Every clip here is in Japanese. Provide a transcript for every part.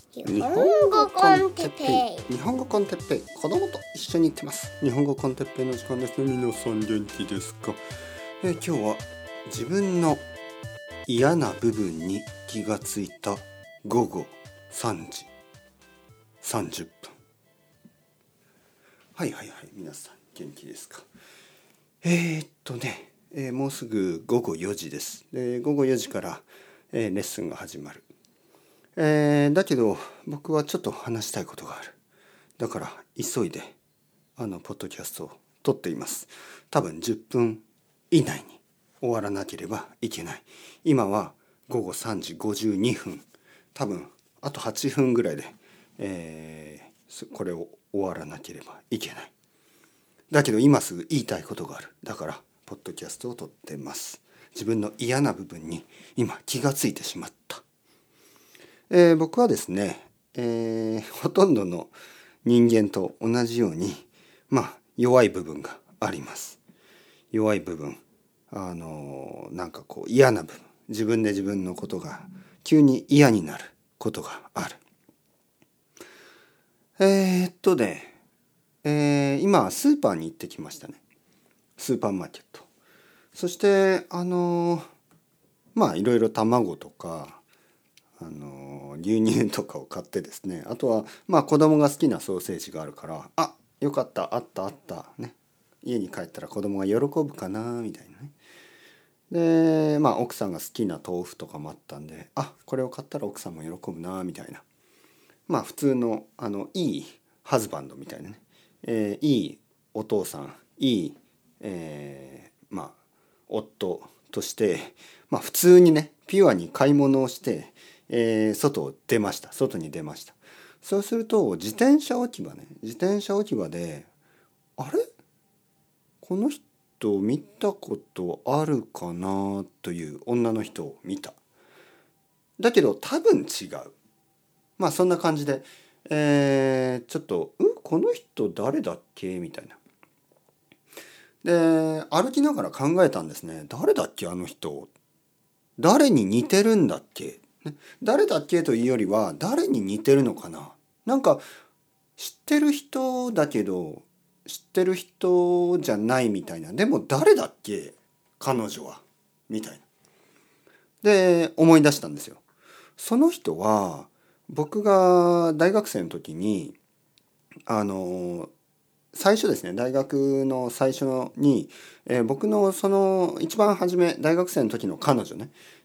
日本語コンテッペイ。 日本語コンテッペイ、子供と一緒に行ってます。日本語コンテッペイの時間ですね。皆さん元気ですか？今日は自分の嫌な部分に気がついた午後3時30分。はい皆さん元気ですか？もうすぐ午後4時です。午後4時から、レッスンが始まる。だけど僕はちょっと話したいことがある。だから急いでポッドキャストを撮っています。多分10分以内に終わらなければいけない。今は午後3時52分。多分あと8分ぐらいで、これを終わらなければいけない。だけど今すぐ言いたいことがある。だからポッドキャストを撮ってます。自分の嫌な部分に今気がついてしまった。僕はですね、ほとんどの人間と同じように弱い部分があります。弱い部分、嫌な部分、自分で自分のことが急に嫌になることがある。今スーパーに行ってきましたね。スーパーマーケット。そしていろいろ卵とか牛乳とかを買ってですね、あとは子供が好きなソーセージがあるから、よかった、あったね、家に帰ったら子供が喜ぶかなみたいなね。で奥さんが好きな豆腐とかもあったんで、これを買ったら奥さんも喜ぶなみたいな、普通のいいハズバンドみたいなね、いいお父さん、いい、夫として普通にね、ピュアに買い物をして、外に出ました。そうすると自転車置き場で、あれ、この人見たことあるかなという女の人を見た。だけど多分違う。そんな感じで、ちょっとこの人誰だっけみたいな。で歩きながら考えたんですね。誰だっけあの人、誰に似てるんだっけ。誰だっけというよりは誰に似てるのかな。なんか知ってる人だけど知ってる人じゃないみたいな。でも誰だっけ彼女はみたいな。で思い出したんですよ。その人は僕が大学生の時に最初ですね、大学の最初に、僕のその一番初め大学生の時の彼女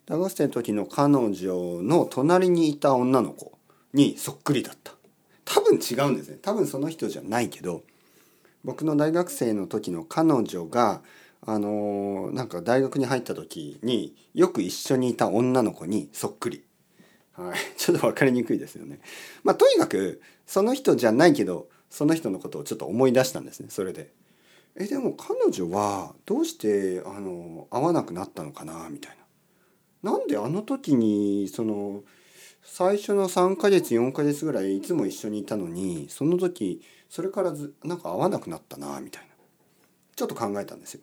の隣にいた女の子にそっくりだった。多分違うんですね。多分その人じゃないけど、僕の大学生の時の彼女が大学に入った時によく一緒にいた女の子にそっくり。ちょっと分かりにくいですよね。とにかくその人じゃないけどその人のことをちょっと思い出したんですね。それででも彼女はどうして会わなくなったのかなみたいな。なんであの時に最初の3ヶ月4ヶ月ぐらいいつも一緒にいたのに、その時それから会わなくなったなみたいな、ちょっと考えたんですよ。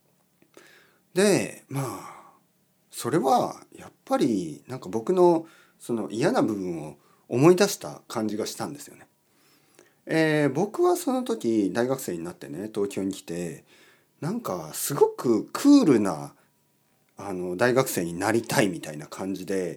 でそれはやっぱり僕のその嫌な部分を思い出した感じがしたんですよね。僕はその時大学生になってね、東京に来てすごくクールな大学生になりたいみたいな感じで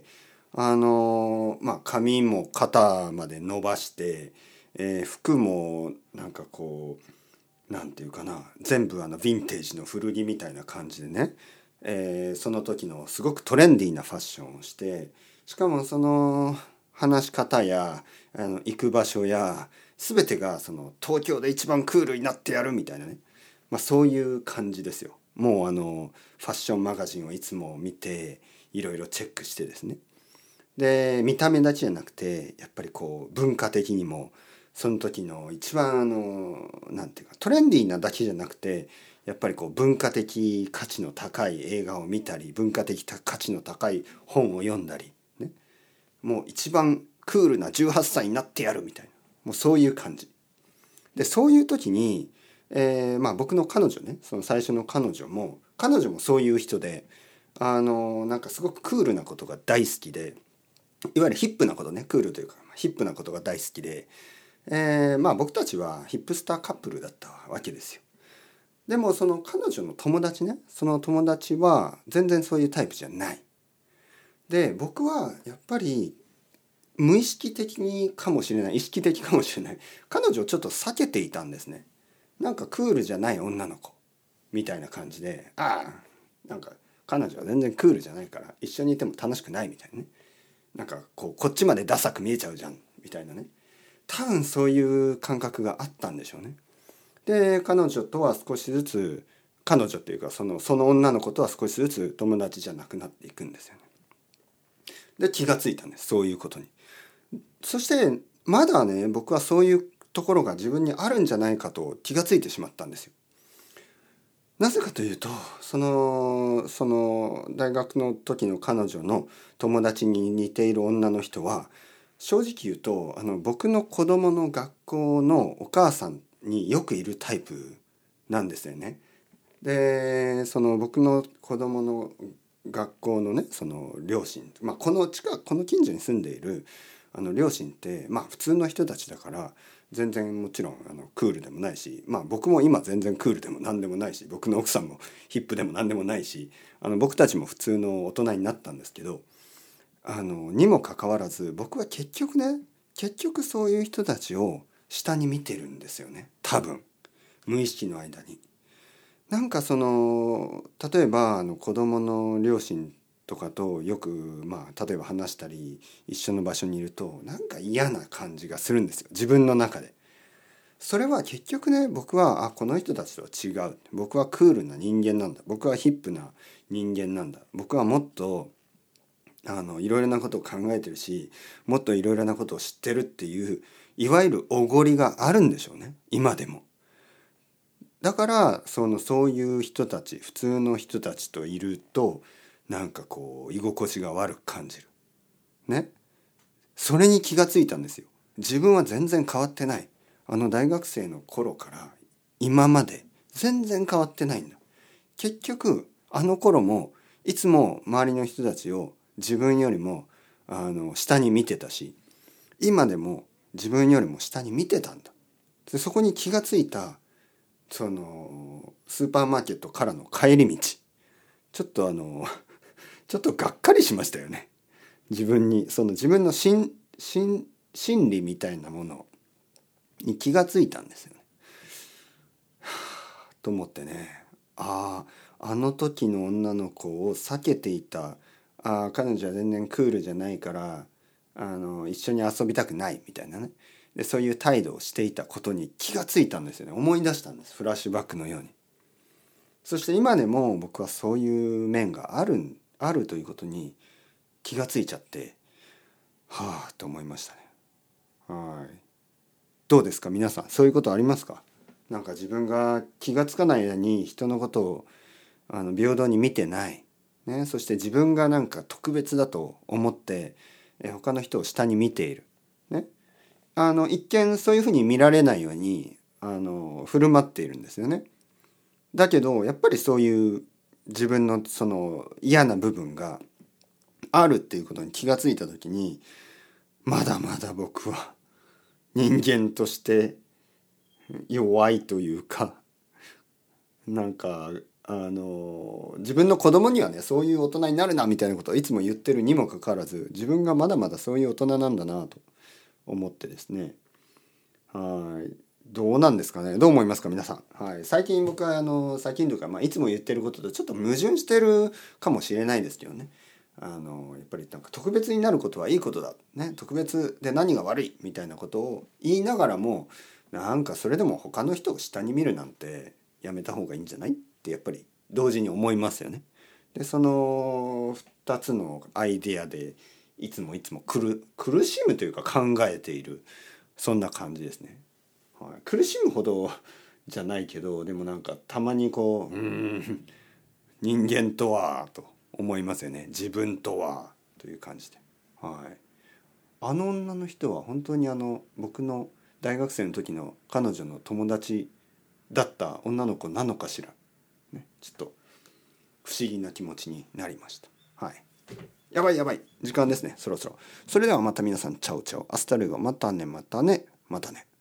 髪も肩まで伸ばして、服もなんていうかな、全部ヴィンテージの古着みたいな感じでね、その時のすごくトレンディーなファッションをして、しかもその話し方や行く場所や全てが東京で一番クールになってやるみたいなね、そういう感じですよ。もうファッションマガジンをいつも見ていろいろチェックしてですね。で見た目だけじゃなくてやっぱり文化的にもその時の一番なんていうかトレンディーなだけじゃなくて、やっぱり文化的価値の高い映画を見たり、文化的価値の高い本を読んだりね、もう一番クールな18歳になってやるみたいな、もうそういう感じで、そういう時に、僕の彼女ね、その最初の彼女もそういう人で、すごくクールなことが大好きで、いわゆるヒップなことね、クールというかヒップなことが大好きで、僕たちはヒップスターカップルだったわけですよ。でもその彼女の友達ね、その友達は全然そういうタイプじゃない。で僕はやっぱり無意識的にかもしれない、意識的かもしれない、彼女をちょっと避けていたんですね。なんかクールじゃない女の子みたいな感じで、なんか彼女は全然クールじゃないから一緒にいても楽しくないみたいなね、なんかこっちまでダサく見えちゃうじゃんみたいなね、多分そういう感覚があったんでしょうね。で彼女とは少しずつ、彼女っていうかその女の子とは少しずつ友達じゃなくなっていくんですよね。で気がついたんです、そういうことに。そしてまだね、僕はそういうところが自分にあるんじゃないかと気がついてしまったんですよ。なぜかというと、その大学の時の彼女の友達に似ている女の人は、正直言うと僕の子供の学校のお母さんによくいるタイプなんですよね。でその僕の子供の学校のね、その両親、この近所に住んでいる両親って普通の人たちだから、全然もちろんクールでもないし、僕も今全然クールでも何でもないし、僕の奥さんもヒップでも何でもないし、僕たちも普通の大人になったんですけど、にもかかわらず僕は結局そういう人たちを下に見てるんですよね、多分無意識の間に。なんか例えば子供の両親とかとよく例えば話したり一緒の場所にいると、なんか嫌な感じがするんですよ、自分の中で。それは結局ね、僕はこの人たちとは違う、僕はクールな人間なんだ、僕はヒップな人間なんだ、僕はもっといろいろなことを考えてるし、もっといろいろなことを知ってるっていう、いわゆるおごりがあるんでしょうね、今でも。だからそういう人たち、普通の人たちといると、なんか居心地が悪く感じるね。それに気がついたんですよ。自分は全然変わってない。大学生の頃から今まで全然変わってないんだ。結局あの頃もいつも周りの人たちを自分よりも下に見てたし、今でも自分よりも下に見てたんだ。でそこに気がついたスーパーマーケットからの帰り道、ちょっとちょっとがっかりしましたよね。自分に自分の心理みたいなものに気がついたんですよね。と思ってね、あの時の女の子を避けていた、彼女は全然クールじゃないから一緒に遊びたくないみたいなね、でそういう態度をしていたことに気がついたんですよね。思い出したんです、フラッシュバックのように。そして今でも僕はそういう面があるということに気がついちゃって、と思いましたね。どうですか皆さん、そういうことありますか？なんか自分が気がつかない間に人のことを平等に見てない、ね、そして自分がなんか特別だと思って他の人を下に見ている、ね、一見そういうふうに見られないように振る舞っているんですよね。だけどやっぱりそういう自分の嫌な部分があるっていうことに気がついた時に、まだまだ僕は人間として弱いというか、なんか自分の子供にはね、そういう大人になるなみたいなことをいつも言ってるにもかかわらず、自分がまだまだそういう大人なんだなと思ってですね。どうなんですかね、どう思いますか皆さん。最近僕は最近というか、いつも言ってることとちょっと矛盾してるかもしれないですけどね。やっぱりなんか特別になることはいいことだ、ね、特別で何が悪いみたいなことを言いながらも、なんかそれでも他の人を下に見るなんてやめた方がいいんじゃないってやっぱり同時に思いますよね。でその2つのアイデアでいつも苦しむというか考えている、そんな感じですね。苦しむほどじゃないけど、でもなんかたまに人間とはと思いますよね。自分とはという感じで。あの女の人は本当に僕の大学生の時の彼女の友達だった女の子なのかしら、ね、ちょっと不思議な気持ちになりました。 やばいやばい、時間ですね、そろそろ。それではまた皆さん、チャオチャオ、アスタルゴ、またねまたねまたね。